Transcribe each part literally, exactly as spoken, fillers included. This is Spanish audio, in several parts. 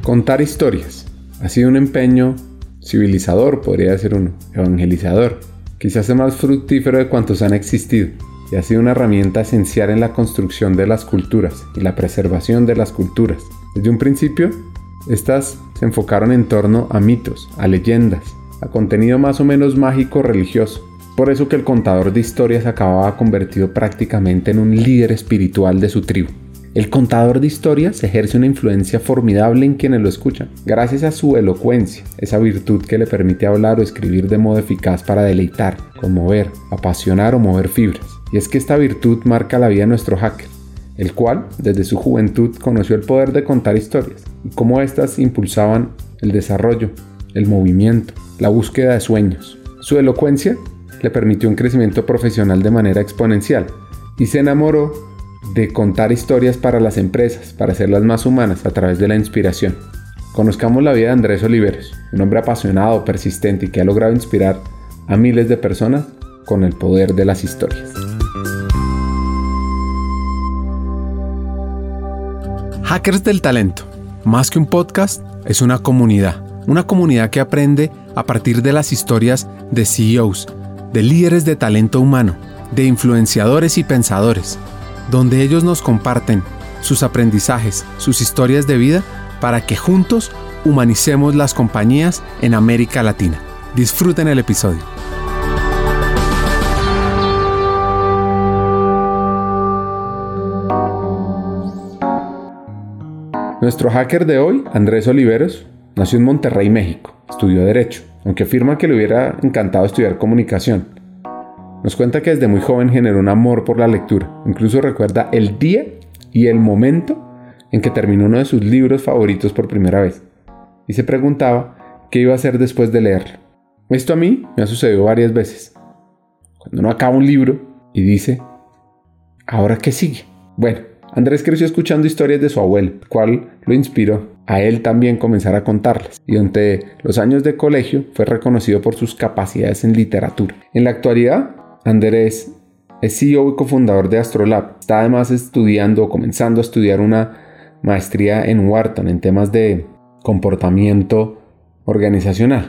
Contar historias ha sido un empeño civilizador, podría ser uno, evangelizador, quizás el más fructífero de cuantos han existido, y ha sido una herramienta esencial en la construcción de las culturas y la preservación de las culturas. Desde un principio, estas se enfocaron en torno a mitos, a leyendas, a contenido más o menos mágico religioso. Por eso que el contador de historias acababa convertido prácticamente en un líder espiritual de su tribu. El contador de historias ejerce una influencia formidable en quienes lo escuchan, gracias a su elocuencia, esa virtud que le permite hablar o escribir de modo eficaz para deleitar, conmover, apasionar o mover fibras. Y es que esta virtud marca la vida de nuestro hacker, el cual, desde su juventud, conoció el poder de contar historias y cómo éstas impulsaban el desarrollo, el movimiento, la búsqueda de sueños. Su elocuencia le permitió un crecimiento profesional de manera exponencial y se enamoró de contar historias para las empresas, para hacerlas más humanas a través de la inspiración. Conozcamos la vida de Andrés Oliveros, un hombre apasionado, persistente y que ha logrado inspirar a miles de personas con el poder de las historias. Hackers del Talento, más que un podcast, es una comunidad. Una comunidad que aprende a partir de las historias de C E Os, de líderes de talento humano, de influenciadores y pensadores, donde ellos nos comparten sus aprendizajes, sus historias de vida, para que juntos humanicemos las compañías en América Latina. Disfruten el episodio. Nuestro hacker de hoy, Andrés Oliveros, nació en Monterrey, México. Estudió Derecho, aunque afirma que le hubiera encantado estudiar Comunicación. Nos cuenta que desde muy joven generó un amor por la lectura. Incluso recuerda el día y el momento en que terminó uno de sus libros favoritos por primera vez. Y se preguntaba qué iba a hacer después de leerlo. Esto a mí me ha sucedido varias veces. Cuando uno acaba un libro y dice, ¿ahora qué sigue? Bueno, Andrés creció escuchando historias de su abuelo, el cual lo inspiró a él también comenzar a contarlas. Y durante los años de colegio fue reconocido por sus capacidades en literatura. En la actualidad, Andrés es C E O y cofundador de Astrolab. Está además estudiando o comenzando a estudiar una maestría en Wharton en temas de comportamiento organizacional.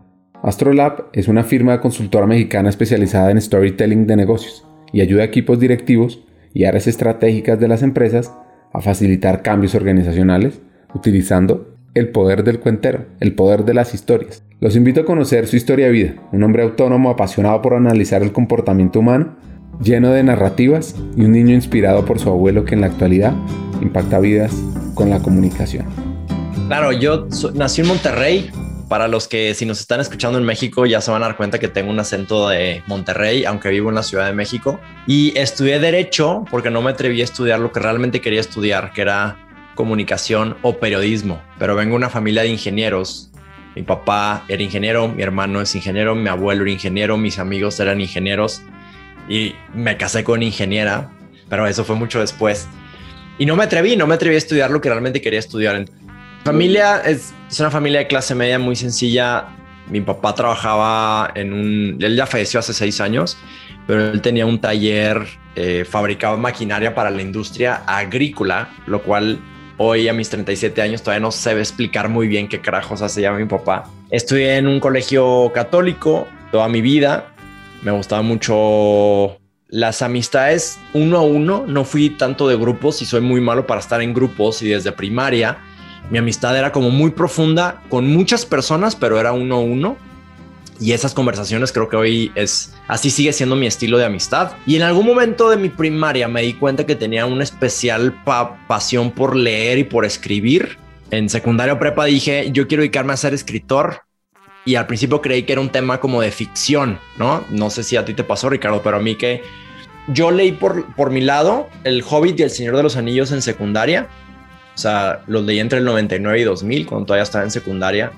Astrolab es una firma de consultora mexicana especializada en storytelling de negocios y ayuda a equipos directivos y áreas estratégicas de las empresas a facilitar cambios organizacionales utilizando el poder del cuentero, el poder de las historias. Los invito a conocer su historia de vida, un hombre autónomo apasionado por analizar el comportamiento humano, lleno de narrativas y un niño inspirado por su abuelo que en la actualidad impacta vidas con la comunicación. Claro, yo so- nací en Monterrey. Para los que si nos están escuchando en México ya se van a dar cuenta que tengo un acento de Monterrey, aunque vivo en la Ciudad de México. Y estudié Derecho porque no me atreví a estudiar lo que realmente quería estudiar, que era comunicación o periodismo. Pero vengo de una familia de ingenieros. Mi papá era ingeniero, mi hermano es ingeniero, mi abuelo era ingeniero, mis amigos eran ingenieros y me casé con ingeniera, pero eso fue mucho después. Y no me atreví, no me atreví a estudiar lo que realmente quería estudiar. Familia es, es una familia de clase media muy sencilla. Mi papá trabajaba en un... Él ya falleció hace seis años, pero él tenía un taller, eh, fabricaba maquinaria para la industria agrícola, lo cual hoy a mis treinta y siete años todavía no sé explicar muy bien qué carajos hacía mi papá. Estudié en un colegio católico toda mi vida. Me gustaba mucho las amistades uno a uno. No fui tanto de grupos y soy muy malo para estar en grupos, y desde primaria mi amistad era como muy profunda con muchas personas, pero era uno a uno. Y esas conversaciones creo que hoy es así, sigue siendo mi estilo de amistad. Y en algún momento de mi primaria me di cuenta que tenía una especial pa- pasión por leer y por escribir. En secundaria o prepa dije, yo quiero dedicarme a ser escritor. Y al principio creí que era un tema como de ficción, ¿no? No sé si a ti te pasó, Ricardo, pero a mí que yo leí por, por mi lado El Hobbit y El Señor de los Anillos en secundaria. O sea, los leí entre el noventa y nueve y dos mil, cuando todavía estaba en secundaria.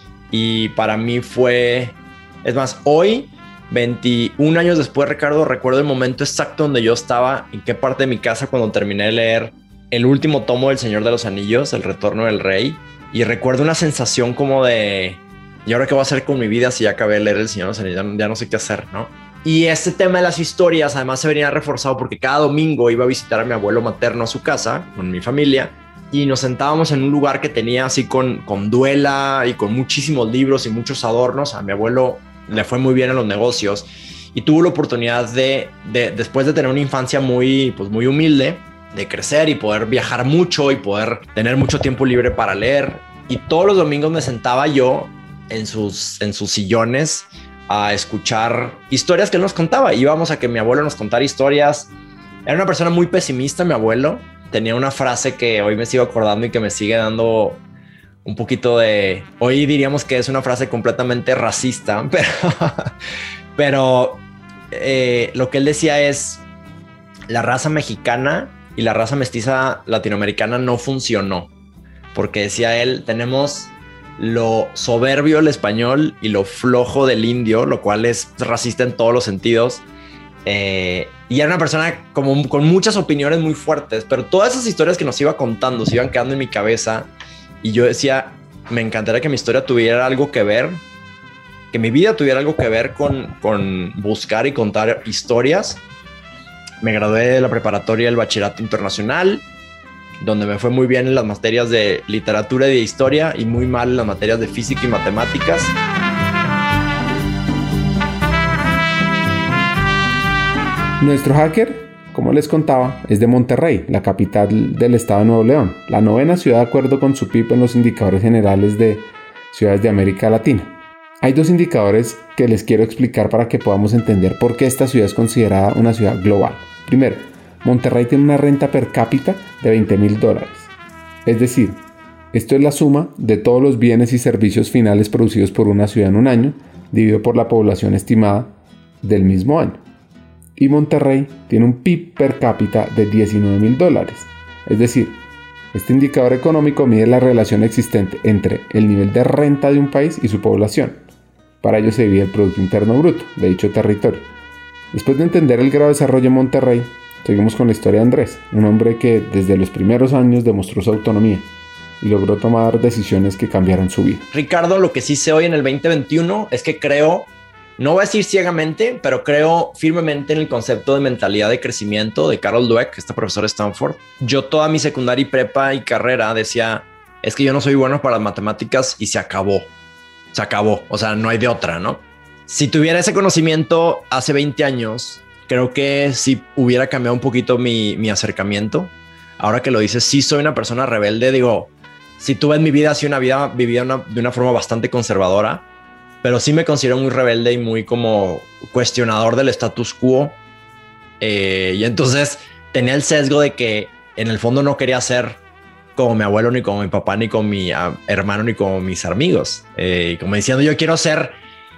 Y para mí fue... Es más, hoy, veintiún años después, Ricardo, recuerdo el momento exacto donde yo estaba, en qué parte de mi casa cuando terminé de leer el último tomo del Señor de los Anillos, El Retorno del Rey. Y recuerdo una sensación como de... ¿Y ahora qué voy a hacer con mi vida si ya acabé de leer El Señor de los Anillos? Ya, ya no sé qué hacer, ¿no? Y este tema de las historias además se venía reforzado porque cada domingo iba a visitar a mi abuelo materno a su casa con mi familia. y nos sentábamos en un lugar que tenía así con, con duela y con muchísimos libros y muchos adornos. A mi abuelo le fue muy bien en los negocios y tuvo la oportunidad de, de después de tener una infancia muy, pues muy humilde, de crecer y poder viajar mucho y poder tener mucho tiempo libre para leer. Y todos los domingos me sentaba yo en sus, en sus sillones a escuchar historias que él nos contaba. Íbamos a que mi abuelo nos contara historias. Era una persona muy pesimista, mi abuelo. Tenía una frase que hoy me sigo acordando y que me sigue dando un poquito de... Hoy diríamos que es una frase completamente racista, pero, pero eh, lo que él decía es: la raza mexicana y la raza mestiza latinoamericana no funcionó, porque decía él, tenemos lo soberbio del español y lo flojo del indio, lo cual es racista en todos los sentidos. Eh, y era una persona como con muchas opiniones muy fuertes, pero todas esas historias que nos iba contando se iban quedando en mi cabeza y yo decía, me encantaría que mi historia tuviera algo que ver, que mi vida tuviera algo que ver con, con buscar y contar historias. Me gradué de la preparatoria del bachillerato internacional, donde me fue muy bien en las materias de literatura y de historia y muy mal en las materias de física y matemáticas. Nuestro hacker, como les contaba, es de Monterrey, la capital del estado de Nuevo León, la novena ciudad de acuerdo con su P I B en los indicadores generales de ciudades de América Latina. Hay dos indicadores que les quiero explicar para que podamos entender por qué esta ciudad es considerada una ciudad global. Primero, Monterrey tiene una renta per cápita de veinte mil dólares. Es decir, esto es la suma de todos los bienes y servicios finales producidos por una ciudad en un año, dividido por la población estimada del mismo año. Y Monterrey tiene un P I B per cápita de diecinueve mil dólares. Es decir, este indicador económico mide la relación existente entre el nivel de renta de un país y su población. Para ello se divide el Producto Interno Bruto de dicho territorio. Después de entender el grado de desarrollo en Monterrey, seguimos con la historia de Andrés, un hombre que desde los primeros años demostró su autonomía y logró tomar decisiones que cambiaron su vida. Ricardo, lo que sí sé hoy en el veinte veintiuno es que creo, no voy a decir ciegamente, pero creo firmemente en el concepto de mentalidad de crecimiento de Carol Dweck, este profesor de Stanford. Yo toda mi secundaria y prepa y carrera decía, es que yo no soy bueno para las matemáticas y se acabó. Se acabó. O sea, no hay de otra, ¿no? Si tuviera ese conocimiento hace veinte años, creo que sí hubiera cambiado un poquito mi, mi acercamiento. Ahora que lo dices, sí soy una persona rebelde. Digo, si tú ves mi vida, así una vida vivida una, de una forma bastante conservadora, pero sí me considero muy rebelde y muy como cuestionador del status quo. Eh, y entonces tenía el sesgo de que en el fondo no quería ser como mi abuelo, ni como mi papá, ni como mi uh, hermano, ni como mis amigos. Eh, como diciendo, yo quiero ser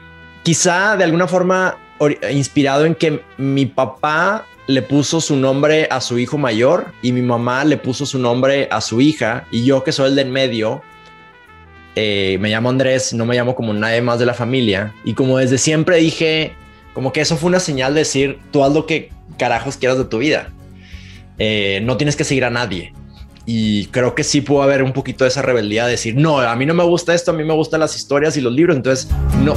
quizá de alguna forma inspirado en que mi papá le puso su nombre a su hijo mayor y mi mamá le puso su nombre a su hija, y yo, que soy el del medio, eh, me llamo Andrés, no me llamo como nadie más de la familia. Y como desde siempre dije, como que eso fue una señal de decir, tú haz lo que carajos quieras de tu vida. Eh, no tienes que seguir a nadie. Y creo que sí pudo haber un poquito de esa rebeldía de decir, no, a mí no me gusta esto, a mí me gustan las historias y los libros, entonces no.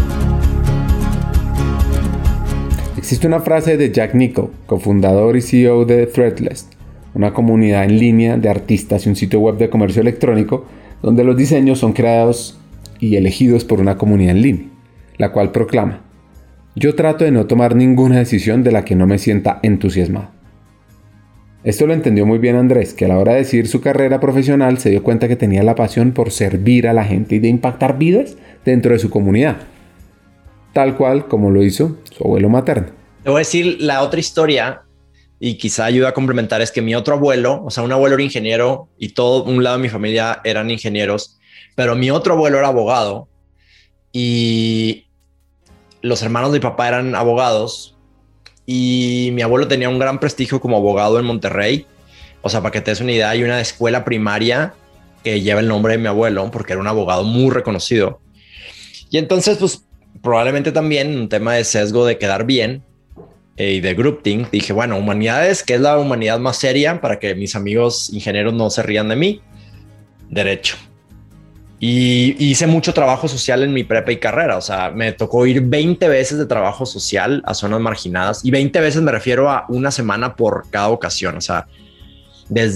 Existe una frase de Jack Nickel, cofundador y C E O de Threadless, una comunidad en línea de artistas y un sitio web de comercio electrónico donde los diseños son creados y elegidos por una comunidad en línea, la cual proclama: yo trato de no tomar ninguna decisión de la que no me sienta entusiasmado. Esto lo entendió muy bien Andrés, que a la hora de decidir su carrera profesional se dio cuenta que tenía la pasión por servir a la gente y de impactar vidas dentro de su comunidad, tal cual como lo hizo su abuelo materno. Te voy a decir la otra historia y quizá ayuda a complementar. Es que mi otro abuelo, o sea, un abuelo era ingeniero y todo un lado de mi familia eran ingenieros, pero mi otro abuelo era abogado y los hermanos de mi papá eran abogados, y mi abuelo tenía un gran prestigio como abogado en Monterrey. O sea, para que te des una idea, hay una escuela primaria que lleva el nombre de mi abuelo porque era un abogado muy reconocido. Y entonces, pues, probablemente también un tema de sesgo de quedar bien eh, y de groupthink, dije, bueno, humanidades, que es la humanidad más seria para que mis amigos ingenieros no se rían de mí. Derecho. Y hice mucho trabajo social en mi prepa y carrera. O sea, me tocó ir veinte veces de trabajo social a zonas marginadas, y veinte veces me refiero a una semana por cada ocasión. O sea, desde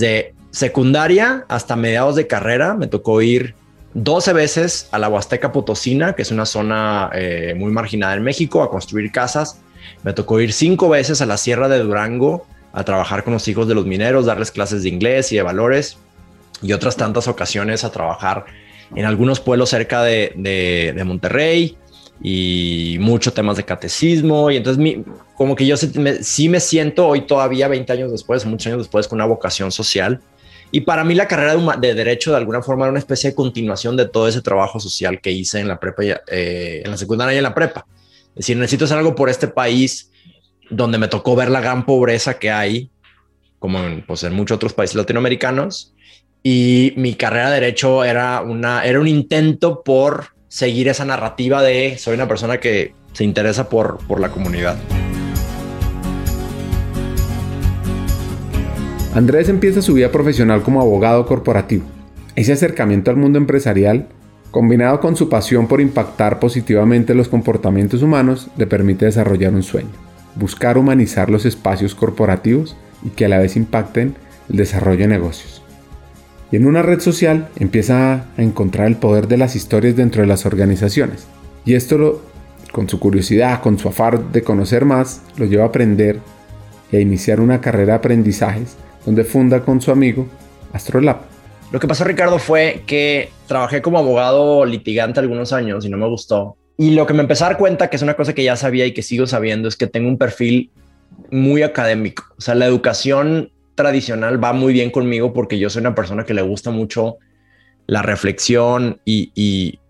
secundaria hasta mediados de carrera me tocó ir doce veces a la Huasteca Potosina, que es una zona eh, muy marginada en México, a construir casas. Me tocó ir cinco veces a la Sierra de Durango a trabajar con los hijos de los mineros, darles clases de inglés y de valores, y otras tantas ocasiones a trabajar en algunos pueblos cerca de, de, de Monterrey, y muchos temas de catecismo. Y entonces mi, como que yo sí me, sí me siento hoy todavía veinte años después, muchos años después, con una vocación social. Y para mí la carrera de, de derecho de alguna forma era una especie de continuación de todo ese trabajo social que hice en la prepa, eh, en la secundaria y en la prepa. Es decir, necesito hacer algo por este país donde me tocó ver la gran pobreza que hay, como en, pues en muchos otros países latinoamericanos. Y mi carrera de derecho era, una, era un intento por seguir esa narrativa de soy una persona que se interesa por, por la comunidad. Andrés empieza su vida profesional como abogado corporativo. Ese acercamiento al mundo empresarial, combinado con su pasión por impactar positivamente los comportamientos humanos, le permite desarrollar un sueño: buscar humanizar los espacios corporativos y que a la vez impacten el desarrollo de negocios. Y en una red social empieza a encontrar el poder de las historias dentro de las organizaciones. Y esto, lo, con su curiosidad, con su afán de conocer más, lo lleva a aprender y a iniciar una carrera de aprendizajes donde funda con su amigo Astrolab. Lo que pasó, Ricardo, fue que trabajé como abogado litigante algunos años y no me gustó. Y lo que me empecé a dar cuenta, que es una cosa que ya sabía y que sigo sabiendo, es que tengo un perfil muy académico. O sea, la educación tradicional va muy bien conmigo porque yo soy una persona que le gusta mucho la reflexión y, y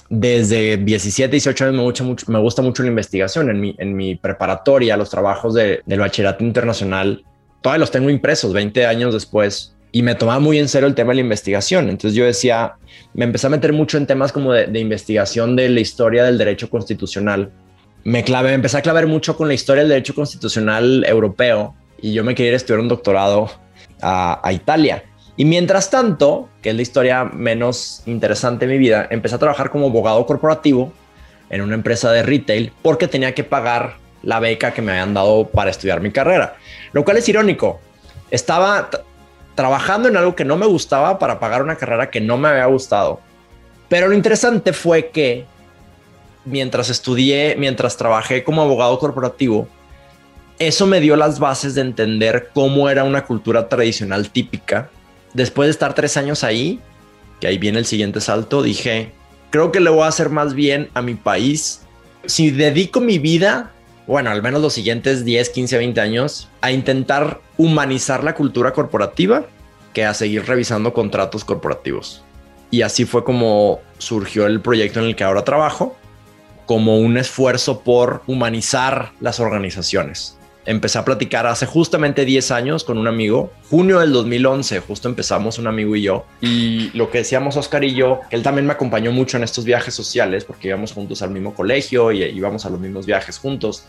desde diecisiete, dieciocho años me gusta mucho, me gusta mucho la investigación. En mi, en mi preparatoria, los trabajos de, del bachillerato internacional, todavía los tengo impresos veinte años después, y me tomaba muy en serio el tema de la investigación. Entonces yo decía, me empecé a meter mucho en temas como de, de investigación de la historia del derecho constitucional. Me clavé, me empecé a clavar mucho con la historia del derecho constitucional europeo, y yo me quería ir a estudiar un doctorado a, a Italia. Y mientras tanto, que es la historia menos interesante de mi vida, empecé a trabajar como abogado corporativo en una empresa de retail porque tenía que pagar la beca que me habían dado para estudiar mi carrera. Lo cual es irónico. Estaba t- trabajando en algo que no me gustaba para pagar una carrera que no me había gustado. Pero lo interesante fue que mientras estudié, mientras trabajé como abogado corporativo, eso me dio las bases de entender cómo era una cultura tradicional típica. Después de estar tres años ahí, que ahí viene el siguiente salto, dije, creo que le voy a hacer más bien a mi país si dedico mi vida, bueno, al menos los siguientes diez, quince, veinte años, a intentar humanizar la cultura corporativa que a seguir revisando contratos corporativos. Y así fue como surgió el proyecto en el que ahora trabajo, como un esfuerzo por humanizar las organizaciones. Empecé a platicar hace justamente diez años con un amigo, junio del dos mil once, justo empezamos un amigo y yo, y lo que decíamos Oscar y yo, que él también me acompañó mucho en estos viajes sociales porque íbamos juntos al mismo colegio y íbamos a los mismos viajes juntos,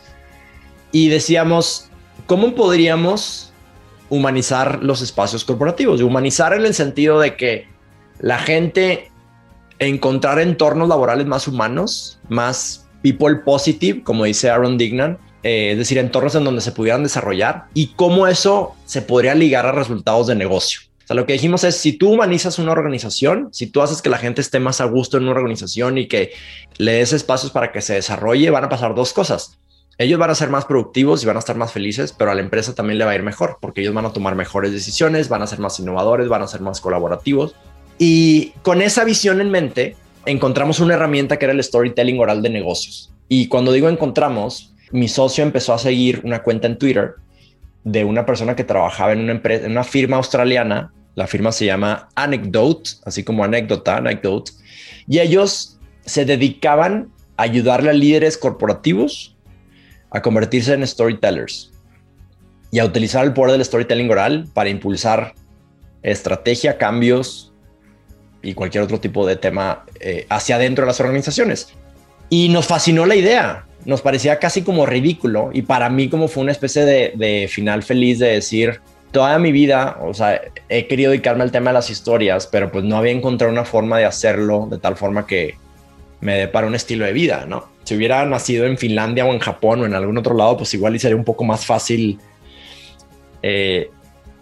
y decíamos, ¿cómo podríamos humanizar los espacios corporativos? Y humanizar en el sentido de que la gente encontrar entornos laborales más humanos, más people positive, como dice Aaron Dignan, Eh, es decir, entornos en donde se pudieran desarrollar y cómo eso se podría ligar a resultados de negocio. O sea, lo que dijimos es, si tú humanizas una organización, si tú haces que la gente esté más a gusto en una organización y que le des espacios para que se desarrolle, van a pasar dos cosas. Ellos van a ser más productivos y van a estar más felices, pero a la empresa también le va a ir mejor porque ellos van a tomar mejores decisiones, van a ser más innovadores, van a ser más colaborativos. Y con esa visión en mente, encontramos una herramienta que era el storytelling oral de negocios. Y cuando digo encontramos, mi socio empezó a seguir una cuenta en Twitter de una persona que trabajaba en una empresa, en una firma australiana. La firma se llama Anecdote, así como anécdota, Anecdote. Y ellos se dedicaban a ayudarle a líderes corporativos a convertirse en storytellers y a utilizar el poder del storytelling oral para impulsar estrategia, cambios y cualquier otro tipo de tema eh, hacia adentro de las organizaciones. Y nos fascinó la idea. Nos parecía casi como ridículo y para mí como fue una especie de, de final feliz de decir, toda mi vida, o sea, he querido dedicarme al tema de las historias, pero pues no había encontrado una forma de hacerlo de tal forma que me dé para un estilo de vida, ¿no? Si hubiera nacido en Finlandia o en Japón o en algún otro lado, pues igual y sería un poco más fácil eh,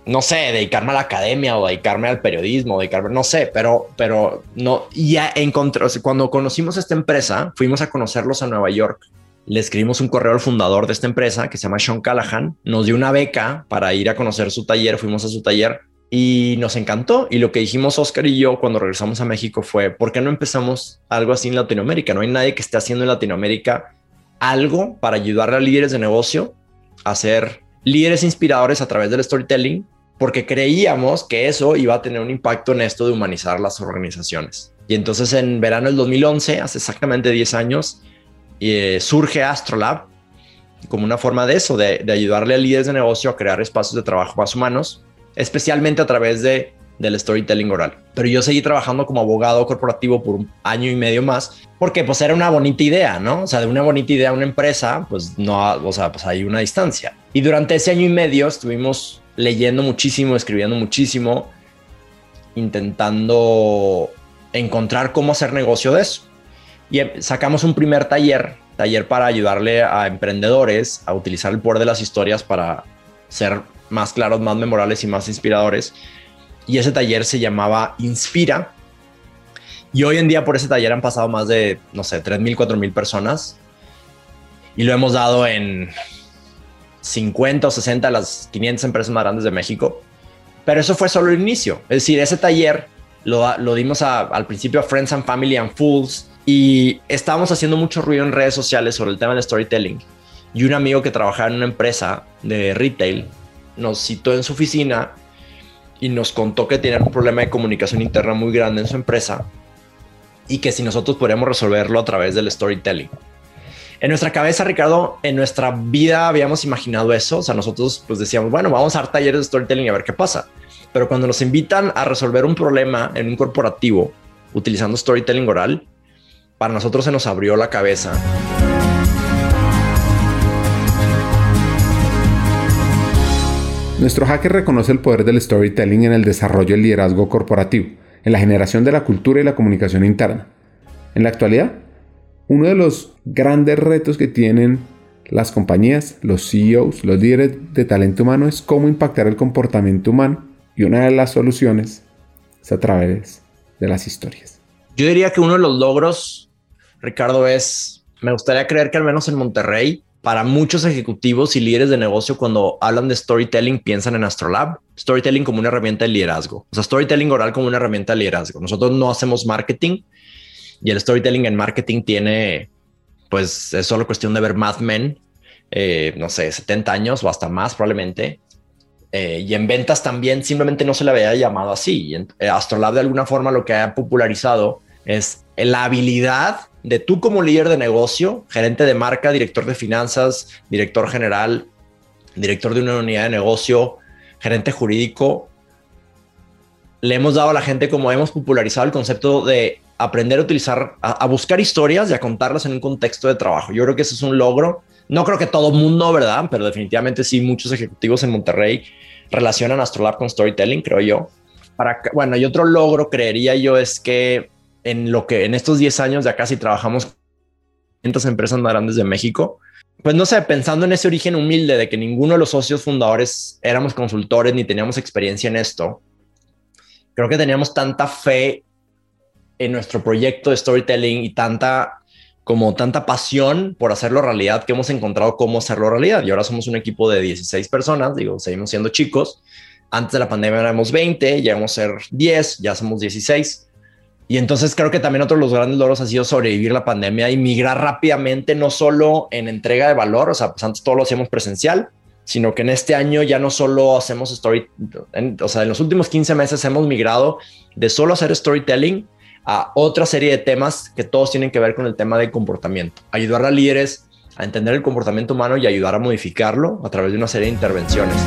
no sé, dedicarme a la academia o dedicarme al periodismo, dedicarme, no sé, pero, pero no. Y ya encontré, o sea, cuando conocimos esta empresa, fuimos a conocerlos a Nueva York. Le escribimos un correo al fundador de esta empresa que se llama Sean Callahan. Nos dio una beca para ir a conocer su taller. Fuimos a su taller y nos encantó. Y lo que dijimos Oscar y yo cuando regresamos a México fue, ¿por qué no empezamos algo así en Latinoamérica? No hay nadie que esté haciendo en Latinoamérica algo para ayudarle a líderes de negocio a ser líderes inspiradores a través del storytelling, porque creíamos que eso iba a tener un impacto en esto de humanizar las organizaciones. Y entonces en verano del dos mil once, hace exactamente diez años, eh, surge Astrolab como una forma de eso, de, de ayudarle a líderes de negocio a crear espacios de trabajo más humanos, especialmente a través de, del storytelling oral. Pero yo seguí trabajando como abogado corporativo por un año y medio más, porque pues era una bonita idea, ¿no? O sea, de una bonita idea a una empresa, pues no, o sea, pues hay una distancia. Y durante ese año y medio estuvimos leyendo muchísimo, escribiendo muchísimo, intentando encontrar cómo hacer negocio de eso. Y sacamos un primer taller, taller para ayudarle a emprendedores a utilizar el poder de las historias para ser más claros, más memorables y más inspiradores. Y ese taller se llamaba Inspira. Y hoy en día por ese taller han pasado más de, no sé, tres mil, cuatro mil personas. Y lo hemos dado en cincuenta o sesenta de las quinientas empresas más grandes de México. Pero eso fue solo el inicio. Es decir, ese taller lo, lo dimos a, al principio a Friends and Family and Fools. Y estábamos haciendo mucho ruido en redes sociales sobre el tema del storytelling. Y un amigo que trabajaba en una empresa de retail nos citó en su oficina y nos contó que tenían un problema de comunicación interna muy grande en su empresa y que si nosotros podríamos resolverlo a través del storytelling. En nuestra cabeza, Ricardo, en nuestra vida habíamos imaginado eso. O sea, nosotros pues decíamos, bueno, vamos a dar talleres de storytelling a ver qué pasa. Pero cuando nos invitan a resolver un problema en un corporativo utilizando storytelling oral, para nosotros se nos abrió la cabeza. Nuestro hacker reconoce el poder del storytelling en el desarrollo del liderazgo corporativo, en la generación de la cultura y la comunicación interna. En la actualidad, uno de los grandes retos que tienen las compañías, los C E Os, los líderes de talento humano es cómo impactar el comportamiento humano, y una de las soluciones es a través de las historias. Yo diría que uno de los logros, Ricardo, es, me gustaría creer que al menos en Monterrey, para muchos ejecutivos y líderes de negocio, cuando hablan de storytelling, piensan en Astrolab. Storytelling como una herramienta de liderazgo. O sea, storytelling oral como una herramienta de liderazgo. Nosotros no hacemos marketing y el storytelling en marketing tiene, pues es solo cuestión de ver Mad Men, eh, no sé, setenta años o hasta más probablemente. Eh, y en ventas también simplemente no se le había llamado así. Y en, eh, Astrolab de alguna forma lo que ha popularizado es la habilidad de tú como líder de negocio, gerente de marca, director de finanzas, director general, director de una unidad de negocio, gerente jurídico. Le hemos dado a la gente, como hemos popularizado el concepto de aprender a utilizar, a, a buscar historias y a contarlas en un contexto de trabajo. Yo creo que eso es un logro. No creo que todo mundo, ¿verdad? Pero definitivamente sí, muchos ejecutivos en Monterrey relacionan Astrolab con storytelling, creo yo. Para, bueno, y otro logro, creería yo, es que en lo que en estos diez años ya casi trabajamos con quinientas empresas más grandes de México, pues no sé, pensando en ese origen humilde de que ninguno de los socios fundadores éramos consultores ni teníamos experiencia en esto, creo que teníamos tanta fe en nuestro proyecto de storytelling y tanta como tanta pasión por hacerlo realidad que hemos encontrado cómo hacerlo realidad. Y ahora somos un equipo de dieciséis personas, digo, seguimos siendo chicos. Antes de la pandemia éramos veinte, llegamos a ser diez, ya somos dieciséis. Y entonces creo que también otro de los grandes logros ha sido sobrevivir la pandemia y migrar rápidamente, no solo en entrega de valor, o sea, pues antes todo lo hacíamos presencial, sino que en este año ya no solo hacemos story, en, o sea, en los últimos quince meses hemos migrado de solo hacer storytelling a otra serie de temas que todos tienen que ver con el tema de comportamiento. Ayudar a líderes a entender el comportamiento humano y ayudar a modificarlo a través de una serie de intervenciones.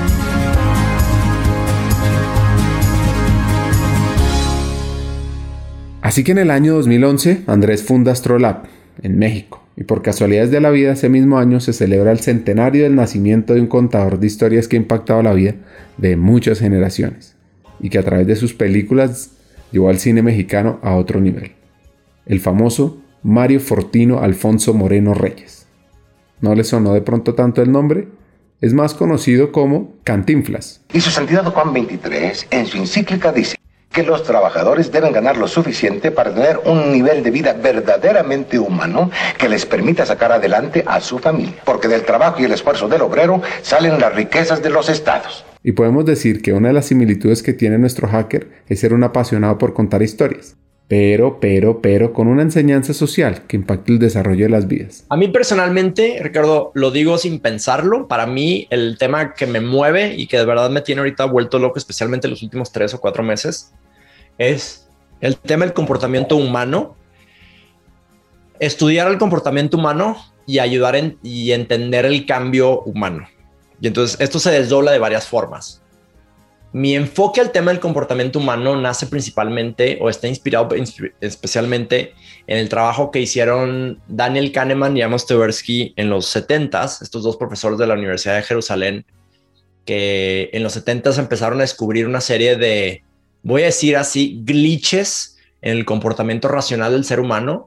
Así que en el año dos mil once, Andrés funda Astrolab en México, y por casualidades de la vida, ese mismo año se celebra el centenario del nacimiento de un contador de historias que ha impactado la vida de muchas generaciones, y que a través de sus películas llevó al cine mexicano a otro nivel. El famoso Mario Fortino Alfonso Moreno Reyes. ¿No les sonó de pronto tanto el nombre? Es más conocido como Cantinflas. Y su santidad Juan veintitrés, en su encíclica, dice que los trabajadores deben ganar lo suficiente para tener un nivel de vida verdaderamente humano que les permita sacar adelante a su familia. Porque del trabajo y el esfuerzo del obrero salen las riquezas de los estados. Y podemos decir que una de las similitudes que tiene nuestro hacker es ser un apasionado por contar historias. Pero, pero, pero con una enseñanza social que impacte el desarrollo de las vidas. A mí personalmente, Ricardo, lo digo sin pensarlo. Para mí, el tema que me mueve y que de verdad me tiene ahorita vuelto loco, especialmente los últimos tres o cuatro meses, es el tema del comportamiento humano. Estudiar el comportamiento humano y ayudar en, y entender el cambio humano. Y entonces esto se desdobla de varias formas. Mi enfoque al tema del comportamiento humano nace principalmente o está inspirado especialmente en el trabajo que hicieron Daniel Kahneman y Amos Tversky en los setentas, estos dos profesores de la Universidad de Jerusalén, que en los setentas empezaron a descubrir una serie de, voy a decir así, glitches en el comportamiento racional del ser humano.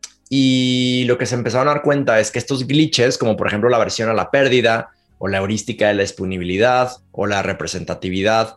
Y lo que se empezaron a dar cuenta es que estos glitches, como por ejemplo la aversión a la pérdida, o la heurística de la disponibilidad, o la representatividad,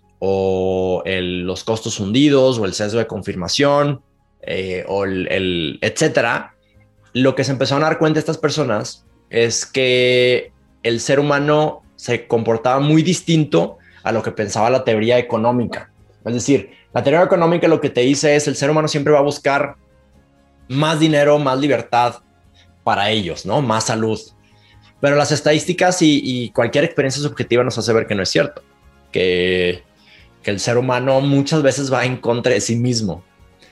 o el, los costos hundidos, o el sesgo de confirmación, eh, o el, el etcétera. Lo que se empezaron a dar cuenta estas personas es que el ser humano se comportaba muy distinto a lo que pensaba la teoría económica. Es decir, la teoría económica lo que te dice es el ser humano siempre va a buscar más dinero, más libertad para ellos, ¿no? Más salud. Pero las estadísticas y, y cualquier experiencia subjetiva nos hace ver que no es cierto, que, que el ser humano muchas veces va en contra de sí mismo.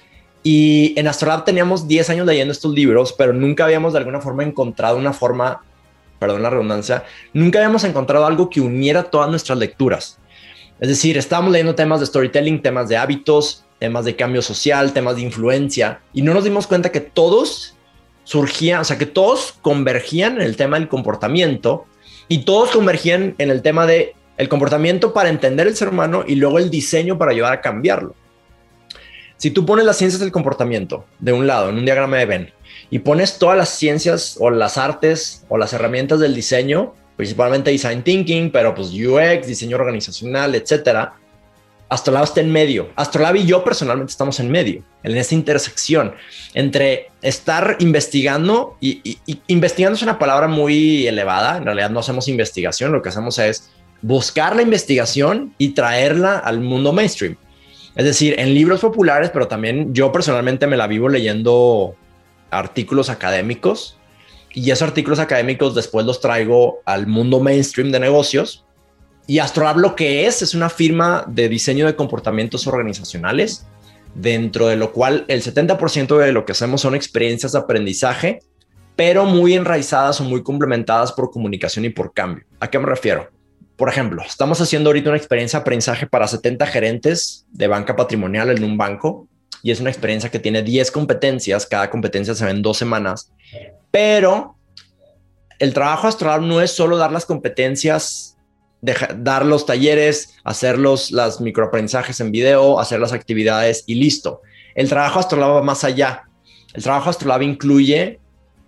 Y en Astrolab teníamos diez años leyendo estos libros, pero nunca habíamos de alguna forma encontrado una forma, perdón la redundancia, nunca habíamos encontrado algo que uniera todas nuestras lecturas. Es decir, estábamos leyendo temas de storytelling, temas de hábitos, temas de cambio social, temas de influencia, y no nos dimos cuenta que todos surgían, o sea, que todos convergían en el tema del comportamiento y todos convergían en el tema de el comportamiento para entender el ser humano y luego el diseño para ayudar a cambiarlo. Si tú pones las ciencias del comportamiento de un lado en un diagrama de Venn y pones todas las ciencias o las artes o las herramientas del diseño, principalmente design thinking, pero pues U X, diseño organizacional, etcétera, Astrolab está en medio. Astrolab y yo personalmente estamos en medio, en esta intersección entre estar investigando y, y, y investigando es una palabra muy elevada. En realidad no hacemos investigación, lo que hacemos es buscar la investigación y traerla al mundo mainstream. Es decir, en libros populares, pero también yo personalmente me la vivo leyendo artículos académicos y esos artículos académicos después los traigo al mundo mainstream de negocios. Y Astrolab lo que es, es una firma de diseño de comportamientos organizacionales, dentro de lo cual el setenta por ciento de lo que hacemos son experiencias de aprendizaje, pero muy enraizadas o muy complementadas por comunicación y por cambio. ¿A qué me refiero? Por ejemplo, estamos haciendo ahorita una experiencia de aprendizaje para setenta gerentes de banca patrimonial en un banco, y es una experiencia que tiene diez competencias, cada competencia se ve en dos semanas, pero el trabajo Astrolab no es solo dar las competencias, Deja, dar los talleres, hacer los las microaprendizajes en video, hacer las actividades y listo. El trabajo Astrolab va más allá. El trabajo Astrolab incluye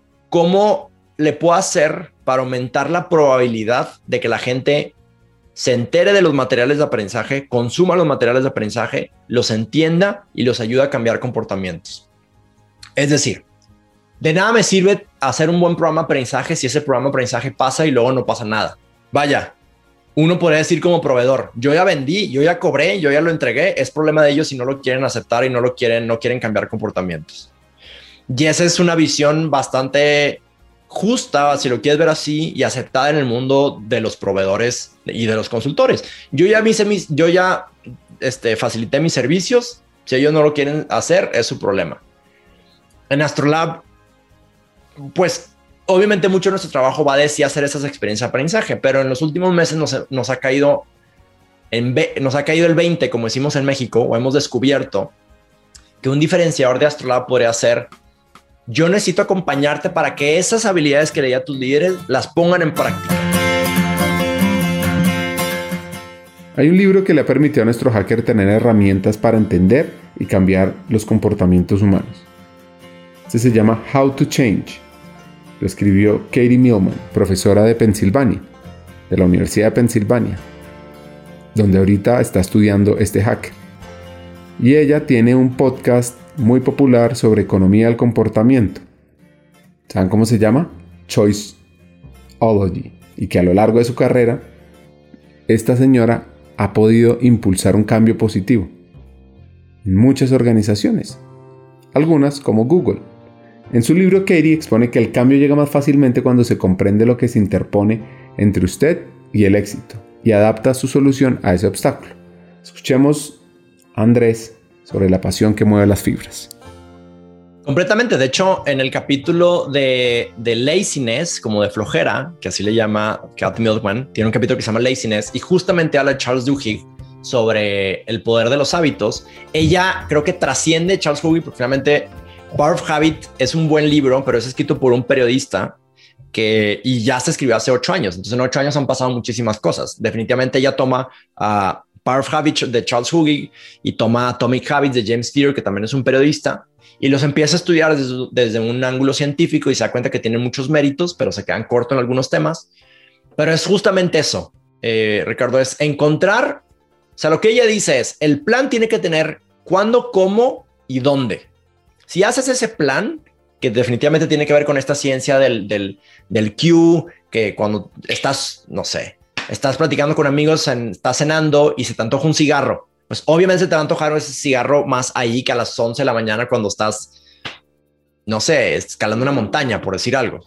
cómo le puedo hacer para aumentar la probabilidad de que la gente se entere de los materiales de aprendizaje, consuma los materiales de aprendizaje, los entienda y los ayude a cambiar comportamientos. Es decir, de nada me sirve hacer un buen programa de aprendizaje si ese programa de aprendizaje pasa y luego no pasa nada. Vaya, uno podría decir como proveedor, yo ya vendí, yo ya cobré, yo ya lo entregué, es problema de ellos si no lo quieren aceptar y no lo quieren, no quieren cambiar comportamientos. Y esa es una visión bastante justa, si lo quieres ver así, y aceptada en el mundo de los proveedores y de los consultores. Yo ya hice mis, yo ya este, facilité mis servicios, si ellos no lo quieren hacer, es su problema. En Astrolab, pues obviamente mucho de nuestro trabajo va de sí hacer esas experiencias de aprendizaje, pero en los últimos meses nos, nos, ha caído en, nos ha caído el veinte, como decimos en México, o hemos descubierto que un diferenciador de Astrolab podría ser: yo necesito acompañarte para que esas habilidades que leí a tus líderes las pongan en práctica. Hay un libro que le ha permitido a nuestro hacker tener herramientas para entender y cambiar los comportamientos humanos. Este se llama How to Change. Lo escribió Katie Millman, profesora de Pensilvania. de la Universidad de Pensilvania, donde ahorita está estudiando este hacker. Y ella tiene un podcast muy popular sobre economía del comportamiento. ¿Saben cómo se llama? Choiceology. Y que a lo largo de su carrera, esta señora ha podido impulsar un cambio positivo en muchas organizaciones, algunas como Google. En su libro, Katie expone que el cambio llega más fácilmente cuando se comprende lo que se interpone entre usted y el éxito y adapta su solución a ese obstáculo. Escuchemos a Andrés sobre la pasión que mueve las fibras. Completamente. De hecho, en el capítulo de, de laziness, como de flojera, que así le llama Kat Milkman, tiene un capítulo que se llama Laziness y justamente habla de Charles Duhigg sobre el poder de los hábitos. Ella creo que trasciende Charles Duhigg porque finalmente Power of Habit es un buen libro, pero es escrito por un periodista que y ya se escribió hace ocho años. Entonces en ocho años han pasado muchísimas cosas. Definitivamente ella toma a uh, Power of Habit de Charles Duhigg y toma Atomic Habits de James Clear, que también es un periodista, y los empieza a estudiar desde, desde un ángulo científico y se da cuenta que tienen muchos méritos, pero se quedan cortos en algunos temas. Pero es justamente eso, eh, Ricardo, es encontrar, o sea, lo que ella dice es, el plan tiene que tener cuándo, cómo y dónde. Si haces ese plan, que definitivamente tiene que ver con esta ciencia del, del, del cue, que cuando estás, no sé, estás platicando con amigos, en, estás cenando y se te antoja un cigarro, pues obviamente se te va a antojar ese cigarro más ahí que a las once de la mañana cuando estás, no sé, escalando una montaña, por decir algo.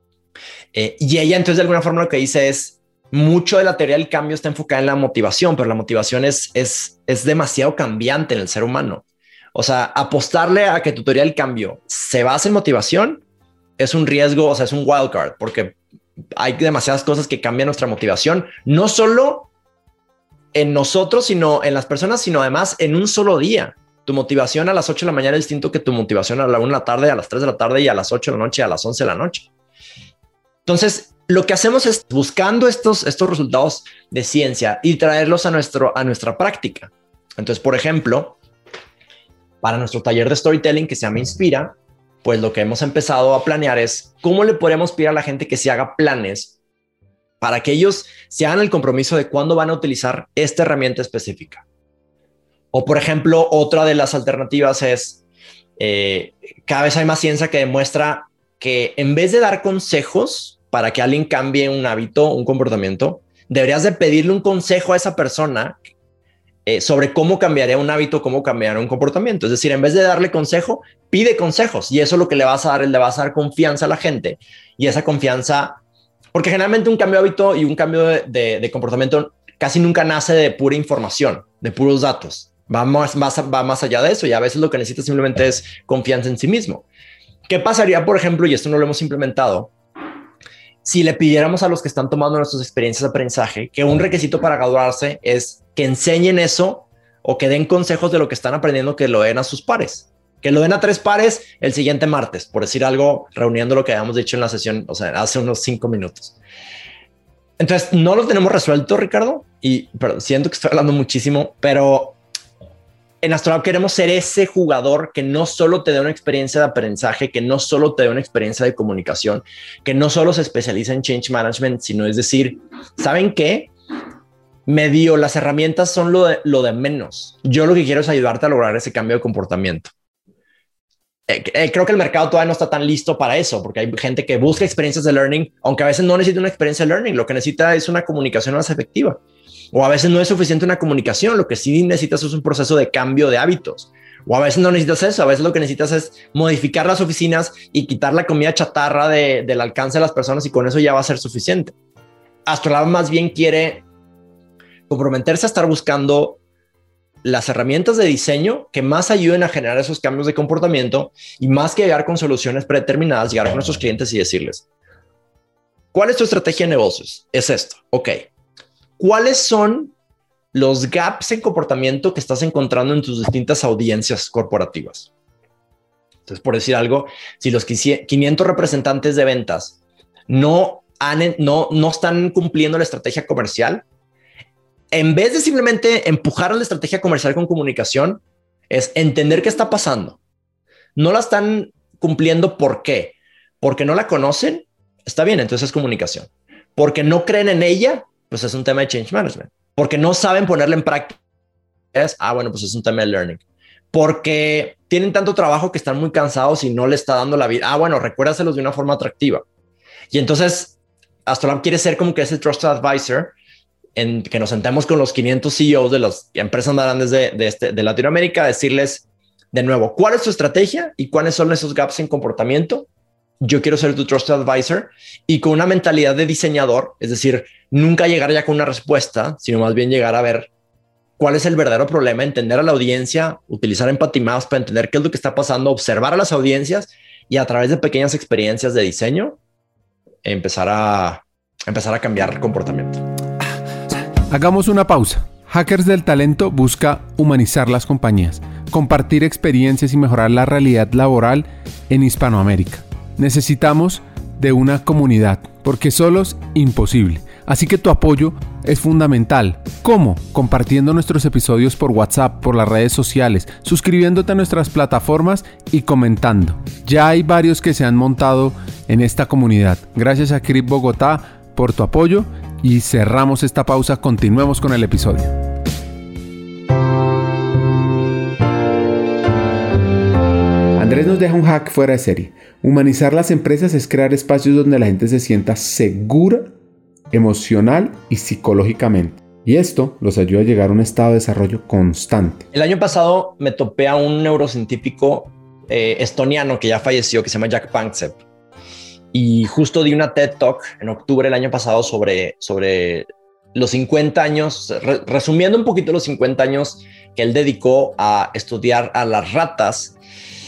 Eh, y ella entonces de alguna forma lo que dice es, mucho de la teoría del cambio está enfocada en la motivación, pero la motivación es, es, es demasiado cambiante en el ser humano. O sea, apostarle a que tu teoría del cambio se base en motivación es un riesgo, o sea, es un wild card, porque hay demasiadas cosas que cambian nuestra motivación, no solo en nosotros, sino en las personas, sino además en un solo día. Tu motivación a las ocho de la mañana es distinto que tu motivación a la una de la tarde, a las tres de la tarde y a las ocho de la noche, a las once de la noche. Entonces, lo que hacemos es buscando estos, estos resultados de ciencia y traerlos a, nuestro, a nuestra práctica. Entonces, por ejemplo, para nuestro taller de storytelling que se llama Inspira, pues lo que hemos empezado a planear es cómo le podemos pedir a la gente que se haga planes para que ellos se hagan el compromiso de cuándo van a utilizar esta herramienta específica. O, por ejemplo, otra de las alternativas es eh, cada vez hay más ciencia que demuestra que en vez de dar consejos para que alguien cambie un hábito, un comportamiento, deberías de pedirle un consejo a esa persona eh, sobre cómo cambiaría un hábito, cómo cambiaría un comportamiento. Es decir, en vez de darle consejo, pide consejos y eso es lo que le vas a dar, le vas a dar confianza a la gente y esa confianza, porque generalmente un cambio de hábito y un cambio de, de, de comportamiento casi nunca nace de pura información, de puros datos. Va más, más, va más allá de eso y a veces lo que necesitas simplemente es confianza en sí mismo. ¿Qué pasaría, por ejemplo, y esto no lo hemos implementado, si le pidiéramos a los que están tomando nuestras experiencias de aprendizaje que un requisito para graduarse es que enseñen eso o que den consejos de lo que están aprendiendo, que lo den a sus pares, que lo den a tres pares el siguiente martes, por decir algo, reuniendo lo que habíamos dicho en la sesión, o sea, hace unos cinco minutos. Entonces, no lo tenemos resuelto, Ricardo, y perdón, siento que estoy hablando muchísimo, pero en Astrolab queremos ser ese jugador que no solo te dé una experiencia de aprendizaje, que no solo te dé una experiencia de comunicación, que no solo se especializa en change management, sino es decir, ¿saben qué? Medio las herramientas son lo de, lo de menos. Yo lo que quiero es ayudarte a lograr ese cambio de comportamiento. Eh, eh, creo que el mercado todavía no está tan listo para eso, porque hay gente que busca experiencias de learning, aunque a veces no necesita una experiencia de learning, lo que necesita es una comunicación más efectiva. O a veces no es suficiente una comunicación, lo que sí necesitas es un proceso de cambio de hábitos. O a veces no necesitas eso, a veces lo que necesitas es modificar las oficinas y quitar la comida chatarra de, del alcance de las personas y con eso ya va a ser suficiente. Astrolab más bien quiere comprometerse a estar buscando las herramientas de diseño que más ayuden a generar esos cambios de comportamiento y más que llegar con soluciones predeterminadas, llegar con nuestros clientes y decirles, ¿cuál es tu estrategia de negocios? Es esto. Ok. ¿Cuáles son los gaps en comportamiento que estás encontrando en tus distintas audiencias corporativas? Entonces, por decir algo, si los quinientos representantes de ventas no, han, no, no están cumpliendo la estrategia comercial, en vez de simplemente empujar la estrategia comercial con comunicación, es entender qué está pasando. No la están cumpliendo. ¿Por qué? Porque no la conocen. Está bien, entonces es comunicación. Porque no creen en ella. pues es un tema de change management. Porque no saben ponerle en práctica. Es, ah, bueno, pues es un tema de learning. Porque tienen tanto trabajo que están muy cansados y no le está dando la vida. Ah, bueno, recuérdaselos de una forma atractiva. Y entonces Astrolab quiere ser como que ese trusted advisor en que nos sentemos con los quinientos C E Os de las empresas más grandes de, de, este, de Latinoamérica, a decirles de nuevo, ¿cuál es tu estrategia y cuáles son esos gaps en comportamiento? Yo quiero ser tu trusted advisor y con una mentalidad de diseñador, es decir, nunca llegar ya con una respuesta, sino más bien llegar a ver cuál es el verdadero problema, entender a la audiencia, utilizar Empathy Maps para entender qué es lo que está pasando, observar a las audiencias y a través de pequeñas experiencias de diseño, empezar a, empezar a cambiar comportamiento. Hagamos una pausa. Hackers del Talento busca humanizar las compañías, compartir experiencias y mejorar la realidad laboral en Hispanoamérica. Necesitamos de una comunidad, porque solos imposible. Así que tu apoyo es fundamental. ¿Cómo? Compartiendo nuestros episodios por WhatsApp, por las redes sociales, suscribiéndote a nuestras plataformas y comentando. Ya hay varios que se han montado en esta comunidad. Gracias a Crip Bogotá por tu apoyo y cerramos esta pausa. Continuemos con el episodio. Andrés nos deja un hack fuera de serie. Humanizar las empresas es crear espacios donde la gente se sienta segura, emocional y psicológicamente. Y esto los ayuda a llegar a un estado de desarrollo constante. El año pasado me topé a un neurocientífico eh, estoniano que ya falleció, que se llama Jack Panksepp. Y justo di una TED Talk en octubre del año pasado sobre, sobre los cincuenta años, re, resumiendo un poquito los cincuenta años que él dedicó a estudiar a las ratas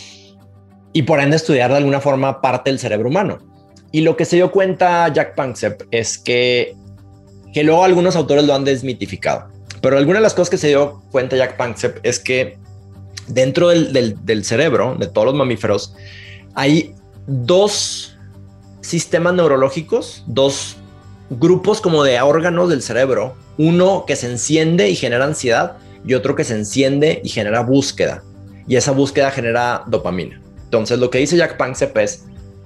y por ende estudiar de alguna forma parte del cerebro humano. Y lo que se dio cuenta Jack Panksepp es que, que luego algunos autores lo han desmitificado. Pero alguna de las cosas que se dio cuenta Jack Panksepp es que dentro del, del, del cerebro de todos los mamíferos hay dos sistemas neurológicos, dos grupos como de órganos del cerebro. Uno que se enciende y genera ansiedad y otro que se enciende y genera búsqueda. Y esa búsqueda genera dopamina. Entonces lo que dice Jack Panksepp es: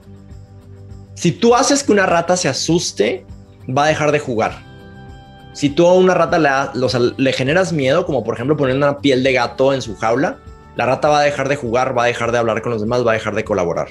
si tú haces que una rata se asuste, va a dejar de jugar. Si tú a una rata le, los, le generas miedo, como por ejemplo poner una piel de gato en su jaula, la rata va a dejar de jugar, va a dejar de hablar con los demás, va a dejar de colaborar.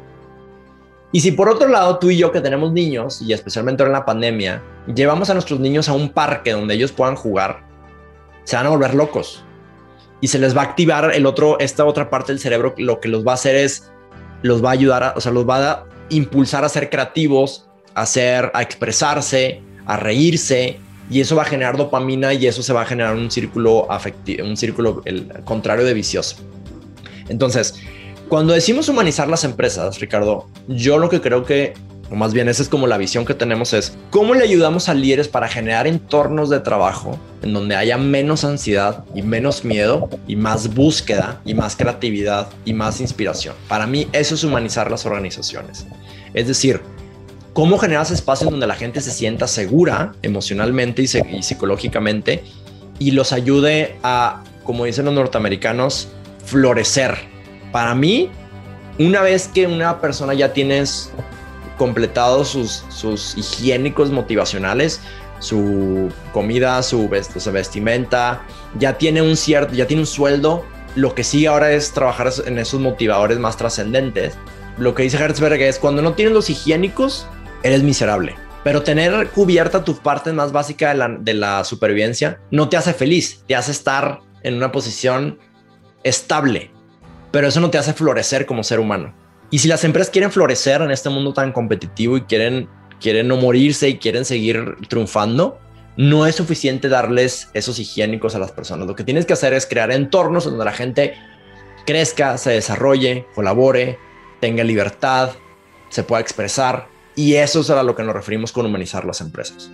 Y si por otro lado tú y yo que tenemos niños, y especialmente ahora en la pandemia, llevamos a nuestros niños a un parque donde ellos puedan jugar, se van a volver locos. Y se les va a activar el otro, esta otra parte del cerebro. Lo que los va a hacer es, los va a ayudar, a, o sea, los va a impulsar a ser creativos, a ser, a expresarse, a reírse, y eso va a generar dopamina y eso se va a generar un círculo afectivo, un círculo el contrario de vicioso. Entonces, cuando decimos humanizar las empresas, Ricardo, yo lo que creo que, o más bien esa es como la visión que tenemos, es cómo le ayudamos a líderes para generar entornos de trabajo en donde haya menos ansiedad y menos miedo y más búsqueda y más creatividad y más inspiración. Para mí eso es humanizar las organizaciones. Es decir, cómo generas espacios donde la gente se sienta segura emocionalmente y, y psicológicamente y los ayude a, como dicen los norteamericanos, florecer. Para mí, una vez que una persona ya tienes completado sus, sus higiénicos motivacionales, su comida, su, vest- su vestimenta, ya tiene un cierto, ya tiene un sueldo, lo que sigue ahora es trabajar en esos motivadores más trascendentes. Lo que dice Hertzberg es: cuando no tienes los higiénicos, eres miserable. Pero tener cubierta tu parte más básica de la, de la supervivencia no te hace feliz, te hace estar en una posición estable, pero eso no te hace florecer como ser humano. Y si las empresas quieren florecer en este mundo tan competitivo y quieren, quieren no morirse y quieren seguir triunfando, no es suficiente darles esos higiénicos a las personas. Lo que tienes que hacer es crear entornos donde la gente crezca, se desarrolle, colabore, tenga libertad, se pueda expresar. Y eso es a lo que nos referimos con humanizar las empresas.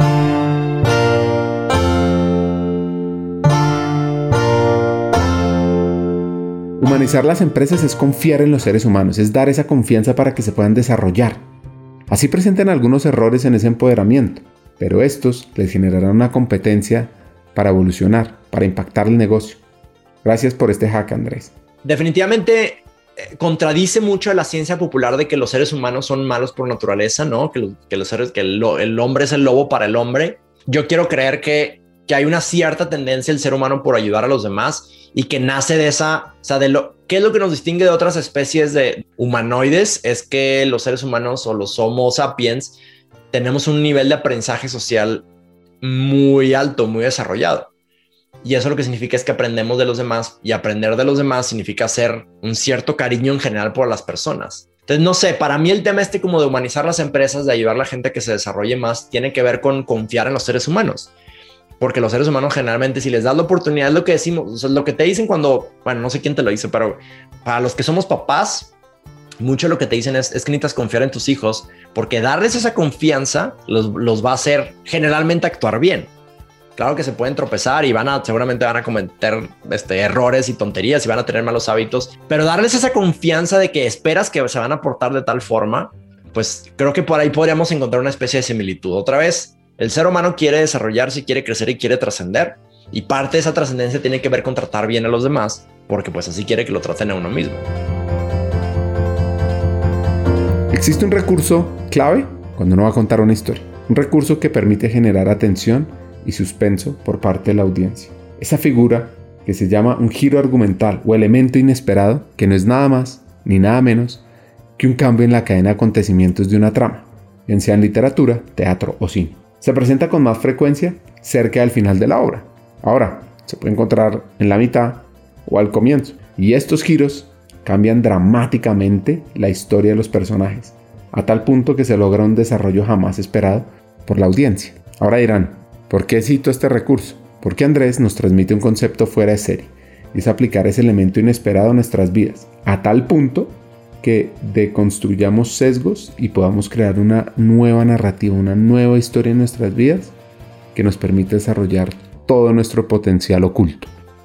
Humanizar las empresas es confiar en los seres humanos, es dar esa confianza para que se puedan desarrollar. Así presentan algunos errores en ese empoderamiento, pero estos les generarán una competencia para evolucionar, para impactar el negocio. Gracias por este hack, Andrés. Definitivamente eh, contradice mucho a la ciencia popular de que los seres humanos son malos por naturaleza, ¿no? Que, lo, que, los seres, que el, el hombre es el lobo para el hombre. yo quiero creer que, que hay una cierta tendencia del ser humano por ayudar a los demás y que nace de esa, o sea, de lo, ¿qué es lo que nos distingue de otras especies de humanoides? Es que los seres humanos o los Homo sapiens tenemos un nivel de aprendizaje social muy alto, muy desarrollado. Y eso lo que significa es que aprendemos de los demás, y aprender de los demás significa hacer un cierto cariño en general por las personas. Entonces, no sé, para mí el tema este como de humanizar las empresas, de ayudar a la gente a que se desarrolle más, tiene que ver con confiar en los seres humanos. Porque los seres humanos generalmente, si les das la oportunidad, es lo que decimos, o sea, lo que te dicen cuando, bueno, no sé quién te lo dice, pero para los que somos papás, mucho lo que te dicen es, es que necesitas confiar en tus hijos, porque darles esa confianza los, los va a hacer generalmente actuar bien. Claro que se pueden tropezar y van a, seguramente van a cometer este, errores y tonterías y van a tener malos hábitos, pero darles esa confianza de que esperas que se van a portar de tal forma, pues creo que por ahí podríamos encontrar una especie de similitud. Otra vez, el ser humano quiere desarrollarse, quiere crecer y quiere trascender, y parte de esa trascendencia tiene que ver con tratar bien a los demás, porque pues así quiere que lo traten a uno mismo. Existe un recurso clave cuando uno va a contar una historia, un recurso que permite generar atención y suspenso por parte de la audiencia. Esa figura que se llama un giro argumental o elemento inesperado, que no es nada más ni nada menos que un cambio en la cadena de acontecimientos de una trama, bien sea en literatura, teatro o cine. Se presenta con más frecuencia cerca del final de la obra. Ahora, se puede encontrar en la mitad o al comienzo, y estos giros cambian dramáticamente la historia de los personajes, a tal punto que se logra un desarrollo jamás esperado por la audiencia. Ahora dirán, ¿por qué cito este recurso? Porque Andrés nos transmite un concepto fuera de serie, y es aplicar ese elemento inesperado a nuestras vidas, a tal punto que deconstruyamos sesgos y podamos crear una nueva narrativa, una nueva historia en nuestras vidas que nos permite desarrollar todo nuestro potencial oculto.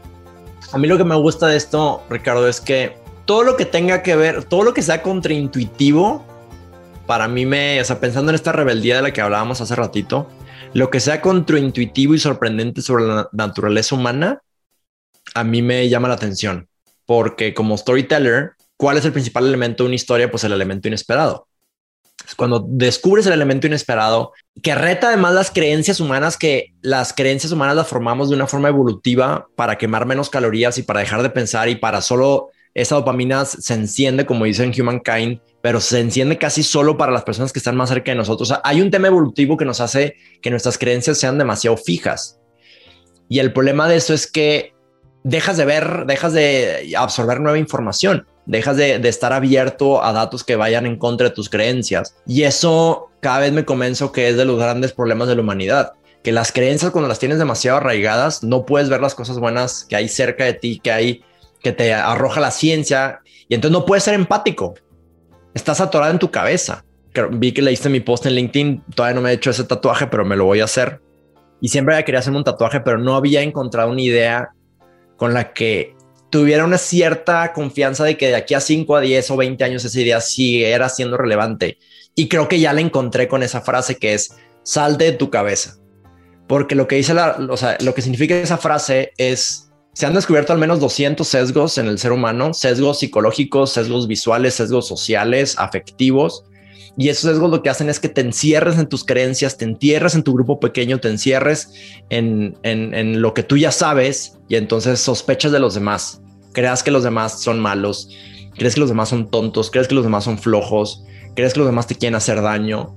A mí lo que me gusta de esto, Ricardo, es que todo lo que tenga que ver, todo lo que sea contraintuitivo, para mí me, o sea, pensando en esta rebeldía de la que hablábamos hace ratito, lo que sea contraintuitivo y sorprendente sobre la naturaleza humana, a mí me llama la atención, porque como storyteller, ¿cuál es el principal elemento de una historia? Pues el elemento inesperado. Cuando descubres el elemento inesperado, que reta además las creencias humanas, que las creencias humanas las formamos de una forma evolutiva para quemar menos calorías y para dejar de pensar y para solo esa dopamina se enciende, como dicen Humankind, pero se enciende casi solo para las personas que están más cerca de nosotros. O sea, hay un tema evolutivo que nos hace que nuestras creencias sean demasiado fijas. Y el problema de eso es que dejas de ver, dejas de absorber nueva información, dejas de, de estar abierto a datos que vayan en contra de tus creencias. Y eso cada vez me convenzo que es de los grandes problemas de la humanidad, que las creencias, cuando las tienes demasiado arraigadas, no puedes ver las cosas buenas que hay cerca de ti, que hay, que te arroja la ciencia, y entonces no puedes ser empático. Estás atorado en tu cabeza. Vi que leíste mi post en LinkedIn. Todavía no me he hecho ese tatuaje, pero me lo voy a hacer. Y siempre quería hacerme un tatuaje, pero no había encontrado una idea con la que tuviera una cierta confianza de que de aquí a cinco, a diez o veinte años esa idea siguiera siendo relevante. Y creo que ya la encontré con esa frase que es: salte de tu cabeza. Porque lo que dice la, o sea, lo que significa esa frase es: se han descubierto al menos doscientos sesgos en el ser humano, sesgos psicológicos, sesgos visuales, sesgos sociales, afectivos. Y esos sesgos lo que hacen es que te encierres en tus creencias, te entierres en tu grupo pequeño, te encierres en, en, en lo que tú ya sabes, y entonces sospechas de los demás. Creas que los demás son malos, crees que los demás son tontos, crees que los demás son flojos, crees que los demás te quieren hacer daño.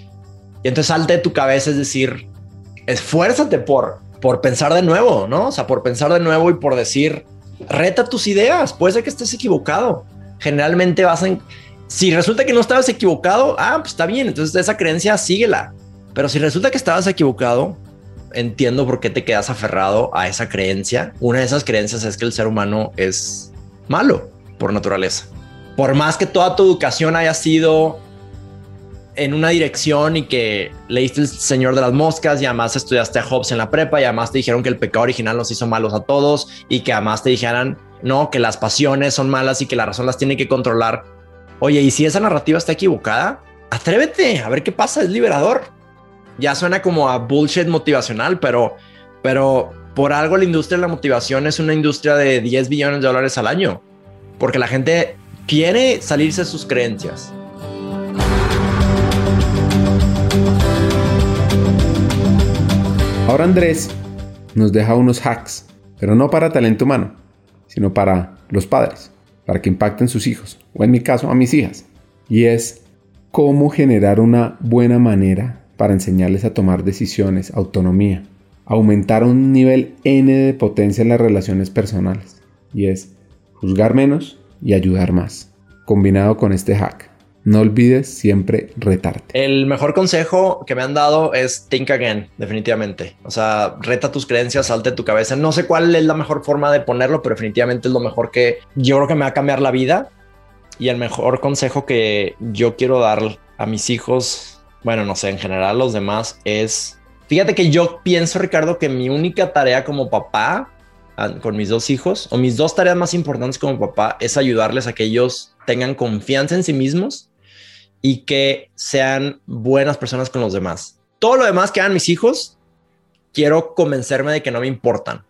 Y entonces salte de tu cabeza, es decir, esfuérzate por... por pensar de nuevo, ¿no? O sea, por pensar de nuevo y por decir, reta tus ideas, puede ser que estés equivocado. Generalmente vas a... Si resulta que no estabas equivocado, ah, pues está bien, entonces esa creencia síguela. Pero si resulta que estabas equivocado, entiendo por qué te quedas aferrado a esa creencia. Una de esas creencias es que el ser humano es malo por naturaleza. Por más que toda tu educación haya sido en una dirección y que leíste El Señor de las Moscas y además estudiaste a Hobbes en la prepa y además te dijeron que el pecado original nos hizo malos a todos y que además te dijeran no, que las pasiones son malas y que la razón las tiene que controlar. Oye, y si esa narrativa está equivocada, atrévete a ver qué pasa, es liberador. Ya suena como a bullshit motivacional, pero, pero por algo la industria de la motivación es una industria de diez billones de dólares al año, porque la gente quiere salirse de sus creencias. Ahora Andrés nos deja unos hacks, pero no para talento humano, sino para los padres, para que impacten sus hijos, o en mi caso a mis hijas. Y es cómo generar una buena manera para enseñarles a tomar decisiones, autonomía, aumentar un nivel N de potencia en las relaciones personales. Y es juzgar menos y ayudar más, combinado con este hack. No olvides siempre retarte. El mejor consejo que me han dado es think again, definitivamente. O sea, reta tus creencias, salte de tu cabeza. No sé cuál es la mejor forma de ponerlo, pero definitivamente es lo mejor que yo creo que me va a cambiar la vida. Y el mejor consejo que yo quiero dar a mis hijos, bueno, no sé, en general a los demás, es... Fíjate que yo pienso, Ricardo, que mi única tarea como papá con mis dos hijos, o mis dos tareas más importantes como papá, es ayudarles a que ellos tengan confianza en sí mismos y que sean buenas personas con los demás. Todo lo demás que hagan mis hijos, quiero convencerme de que no me importan.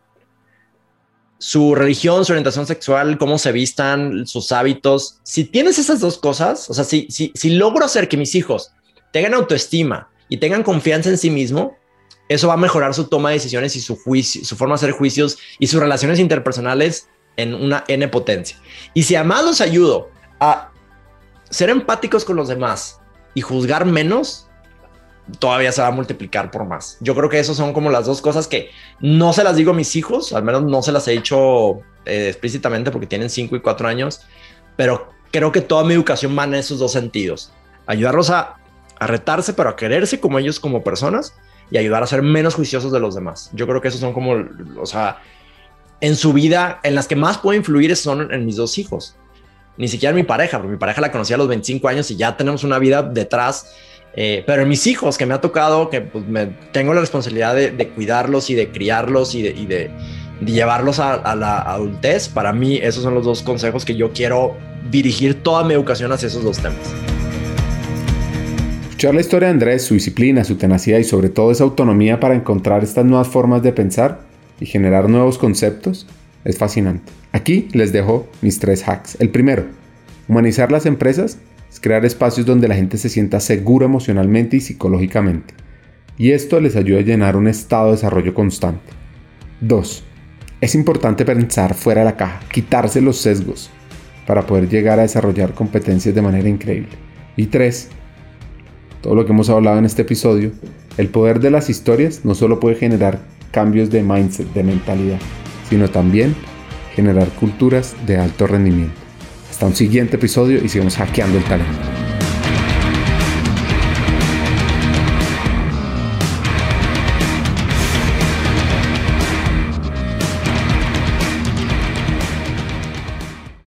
Su religión, su orientación sexual, cómo se vistan, sus hábitos. Si tienes esas dos cosas, o sea, si, si, si logro hacer que mis hijos tengan autoestima y tengan confianza en sí mismo, eso va a mejorar su toma de decisiones y su juicio, su forma de hacer juicios y sus relaciones interpersonales en una N potencia. Y si además los ayudo a ser empáticos con los demás y juzgar menos, todavía se va a multiplicar por más. Yo creo que esos son como las dos cosas que no se las digo a mis hijos, al menos no se las he dicho eh, explícitamente porque tienen cinco y cuatro años, pero creo que toda mi educación va en esos dos sentidos. Ayudarlos a, a retarse, pero a quererse como ellos como personas y ayudar a ser menos juiciosos de los demás. Yo creo que esos son como, o sea, en su vida, en las que más puedo influir son en mis dos hijos. Ni siquiera en mi pareja, porque mi pareja la conocí a los veinticinco años y ya tenemos una vida detrás. Eh, pero en mis hijos, que me ha tocado, que pues, me, tengo la responsabilidad de, de cuidarlos y de criarlos y de, y de, de llevarlos a, a la adultez, para mí esos son los dos consejos que yo quiero dirigir toda mi educación hacia esos dos temas. Escuchar la historia de Andrés, su disciplina, su tenacidad y sobre todo esa autonomía para encontrar estas nuevas formas de pensar y generar nuevos conceptos es fascinante. Aquí les dejo mis tres hacks. El primero, humanizar las empresas es crear espacios donde la gente se sienta segura emocionalmente y psicológicamente. Y esto les ayuda a llenar un estado de desarrollo constante. Dos, es importante pensar fuera de la caja, quitarse los sesgos para poder llegar a desarrollar competencias de manera increíble. Y tres, todo lo que hemos hablado en este episodio, el poder de las historias no solo puede generar cambios de mindset, de mentalidad, sino también generar culturas de alto rendimiento. Hasta un siguiente episodio y sigamos hackeando el talento.